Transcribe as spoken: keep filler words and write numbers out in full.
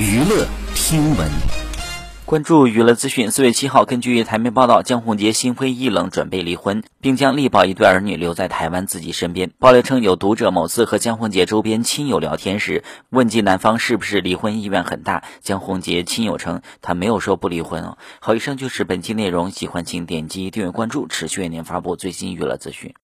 娱乐听闻。 关注娱乐资讯。四月七号，根据台媒报道，江宏杰心灰意冷，准备离婚，并将力保一对儿女留在台湾自己身边。爆料称，有读者某次和江宏杰周边亲友聊天时，问及男方是不是离婚意愿很大，江宏杰亲友称他没有说不离婚哦。好，以上就是本期内容，喜欢请点击订阅关注，持续为您发布最新娱乐资讯。